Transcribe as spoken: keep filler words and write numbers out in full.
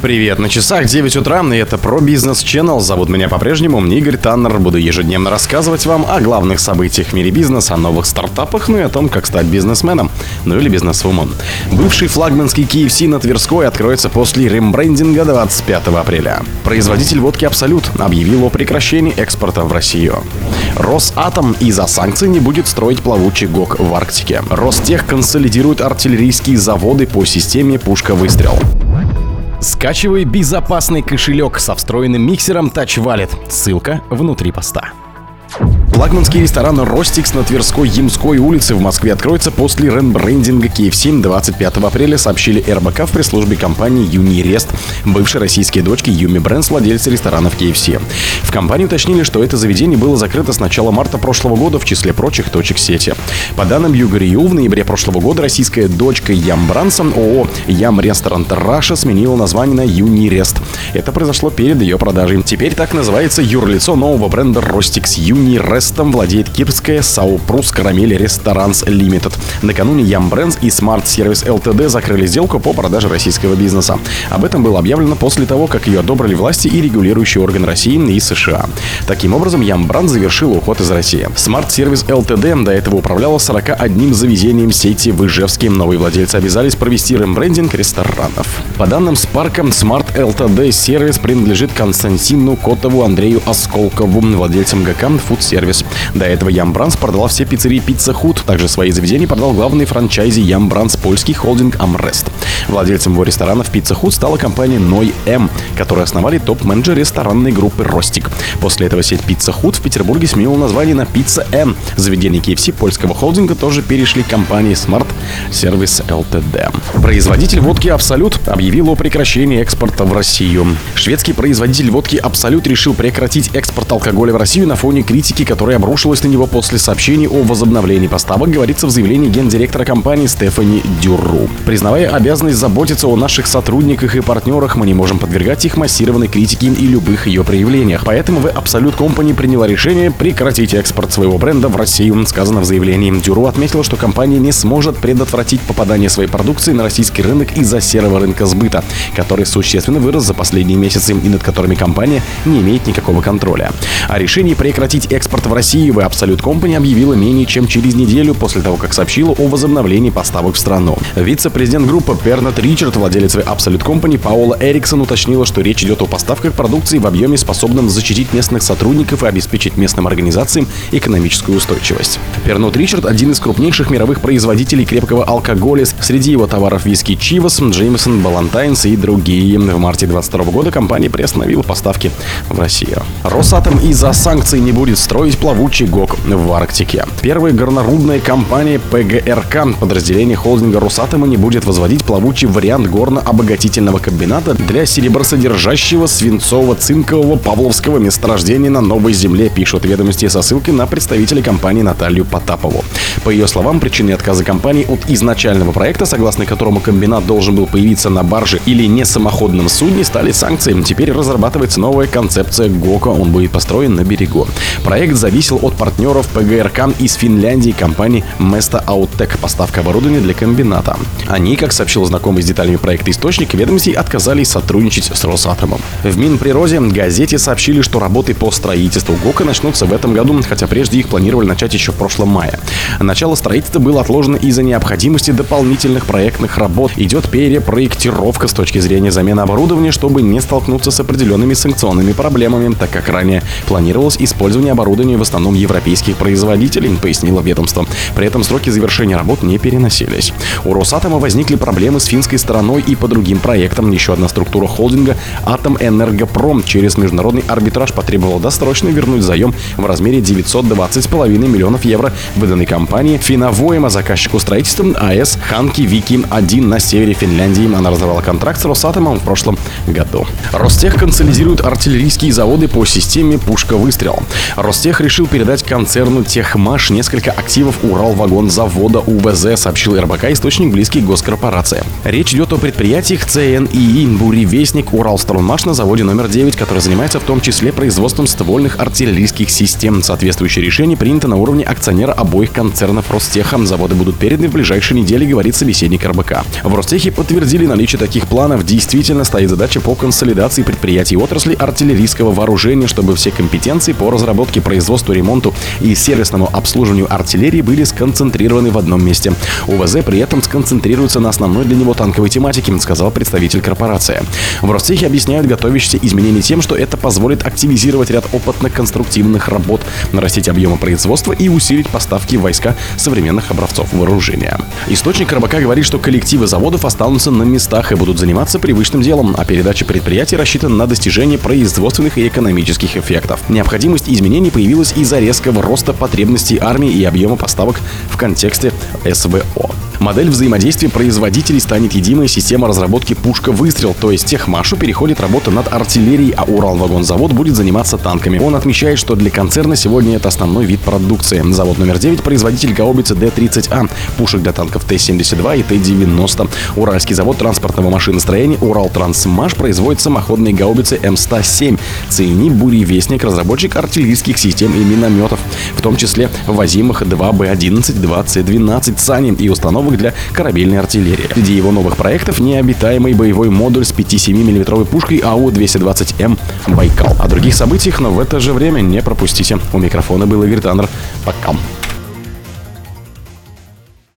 Привет, на часах девять утра, и это про бизнес Channel. Зовут меня по-прежнему Игорь Таннер. Буду ежедневно рассказывать вам о главных событиях в мире бизнеса, о новых стартапах, ну и о том, как стать бизнесменом, ну или бизнесвумен. Бывший флагманский кей эф си на Тверской откроется после рембрендинга двадцать пятого апреля. Производитель водки «Абсолют» объявил о прекращении экспорта в Россию. Росатом из-за санкций не будет строить плавучий ГОК в Арктике. Ростех консолидирует артиллерийские заводы по системе «Пушка-выстрел». Скачивай безопасный кошелек со встроенным миксером Touch Wallet. Ссылка внутри поста. Флагманский ресторан «Ростикс» на Тверской Ямской улице в Москве откроется после рембрендинга кей эф си двадцать пятого апреля, сообщили эр бэ ка в пресс-службе компании «Юнирест», бывшей российской дочки Юми Брэнс, владельца ресторанов кей эф си. В компании уточнили, что это заведение было закрыто с начала марта прошлого года в числе прочих точек сети. По данным Югорию, в ноябре прошлого года российская дочка Ям Бранса ООО «Ям Ресторарант Раша» сменила название на «Юнирест». Это произошло перед ее продажей. Теперь так называется юрлицо нового бренда «Ростикс». «Юнирест» владеет кипрская Саупрус Карамель Ресторанс Лимитед. Накануне Ям Брэнс и Smart Service эл ти ди закрыли сделку по продаже российского бизнеса. Об этом было объявлено после того, как ее одобрили власти и регулирующие органы России и США. Таким образом, Ям Брэнс завершил уход из России. Smart Service эл ти ди до этого управляла сорока одним заведением сети в Ижевске. Новые владельцы обязались провести рембрендинг ресторанов. По данным Spark, Smart эл ти ди сервис принадлежит Константину Котову, Андрею Осколкову, владельцам ГК Food Service. До этого Ям Бранс продала все пиццерии Pizza Hut. Также свои заведения продал главный франчайзи Ям Бранс польский холдинг Амрест. Владельцем его ресторанов Pizza Hut стала компания Ной М, которую основали топ-менеджеры ресторанной группы Ростик. После этого сеть Pizza Hut в Петербурге сменила название на Pizza М. Заведения кей эф си польского холдинга тоже перешли к компании Smart Service эл ти ди. Производитель водки «Абсолют» объявил о прекращении экспорта в Россию. Шведский производитель водки «Абсолют» решил прекратить экспорт алкоголя в Россию на фоне критики, которая обрушилась на него после сообщений о возобновлении поставок, говорится в заявлении гендиректора компании Стефани Дюрру. Признавая обязанность заботиться о наших сотрудниках и партнерах, мы не можем подвергать их массированной критике и любых ее проявлениях. Поэтому в Absolut Company приняла решение прекратить экспорт своего бренда в Россию, сказано в заявлении. Дюрру отметила, что компания не сможет предотвратить попадание своей продукции на российский рынок из-за серого рынка сбыта, который существенно вырос за последние месяцы и над которыми компания не имеет никакого контроля. О решении прекратить экспорт в России в Absolut Company объявила менее чем через неделю после того, как сообщила о возобновлении поставок в страну. Вице-президент группы Пернат Ричард, владелец Absolut Company Паула Эриксон, уточнила, что речь идет о поставках продукции в объеме, способном защитить местных сотрудников и обеспечить местным организациям экономическую устойчивость. Пернат Ричард – один из крупнейших мировых производителей крепкого алкоголя. Среди его товаров виски Чивас, Джеймесон, Балантайнс и другие. В марте двадцать второго года компания приостановила поставки в Россию. Росатом из-за санкций не будет строить плавучий ГОК в Арктике. Первая горнорудная компания пэ гэ эр ка, подразделение холдинга Росатома, не будет возводить плавучий вариант горно-обогатительного комбината для серебросодержащего свинцово-цинкового павловского месторождения на Новой Земле, пишут ведомости со ссылкой на представителя компании Наталью Потапову. По ее словам, причиной отказа компании от изначального проекта, согласно которому комбинат должен был появиться на барже или несамоходном судне, стали санкции. Теперь разрабатывается новая концепция ГОКа, он будет построен на берегу. Проект зависел от партнеров пэ гэ эр ка из Финляндии, компании Места Ауттек, поставка оборудования для комбината. Они, как сообщил знакомый с деталями проекта источник ведомостей, отказались сотрудничать с Росатомом. В Минприроде газете сообщили, что работы по строительству ГОКа начнутся в этом году, хотя прежде их планировали начать еще в прошлом мае. Начало строительства было отложено из-за необходимости дополнительных проектных работ. Идет перепроектировка с точки зрения замены оборудования, чтобы не столкнуться с определенными санкционными проблемами, так как ранее планировалось использование оборудования в основном европейских производителей, пояснило ведомство. При этом сроки завершения работ не переносились. У Росатома возникли проблемы с финской стороной и по другим проектам. Еще одна структура холдинга Атомэнергопром через международный арбитраж потребовала досрочно вернуть заем в размере девятьсот двадцать с половиной миллионов евро, выданной компании Финовоем, а заказчику строительства АЭС Ханки Вики один на севере Финляндии. Она разорвала контракт с Росатомом в прошлом году. Ростех консолидирует артиллерийские заводы по системе «Пушка-выстрел». Ростех решил передать концерну «Техмаш» несколько активов Уралвагонзавода УВЗ, сообщил эр бэ ка источник, близкий к госкорпорации. Речь идет о предприятиях цэ эн и и «Буревестник», «Уралстроймаш» на заводе номер девять, который занимается в том числе производством ствольных артиллерийских систем. Соответствующее решение принято на уровне акционера обоих концернов Ростеха. Заводы будут переданы в ближайшие недели, говорит собеседник эр бэ ка. В Ростехе подтвердили наличие таких планов. Действительно стоит задача по консолидации предприятий отрасли артиллерийского вооружения, чтобы все компетенции по разработке, производству, ремонту и сервисному обслуживанию артиллерии были сконцентрированы в одном месте. УВЗ при этом сконцентрируется на основной для него танковой тематике, сказал представитель корпорации. В Ростехе объясняют готовящиеся изменения тем, что это позволит активизировать ряд опытно-конструктивных работ, нарастить объемы производства и усилить поставки в войска современных образцов вооружения. Источник эр бэ ка говорит, что коллективы заводов останутся на местах и будут заниматься привычным делом, а передача предприятий рассчитана на достижение производственных и экономических эффектов. Необходимость изменений появилась из-за резкого роста потребностей армии и объема поставок в контексте эс вэ о. Модель взаимодействия производителей станет единой система разработки «Пушка-выстрел», то есть Техмашу переходит работа над артиллерией, а Уралвагонзавод будет заниматься танками. Он отмечает, что для концерна сегодня это основной вид продукции. Завод номер девять – производитель гаубицы дэ тридцать а, пушек для танков тэ семьдесят два и тэ девяносто. Уральский завод транспортного машиностроения «Уралтрансмаш» производит самоходные гаубицы эм сто семь. цэ эн и «Буревестник» – разработчик артиллерийских систем и минометов, в том числе возимых два бэ одиннадцать, два цэ двенадцать «Сани» и установок для корабельной артиллерии. Среди его новых проектов необитаемый боевой модуль с пяти-семимиллиметровой пушкой а у двести двадцать эм «Байкал». О других событиях, но в это же время не пропустите. У микрофона был Игорь Таннер. Пока.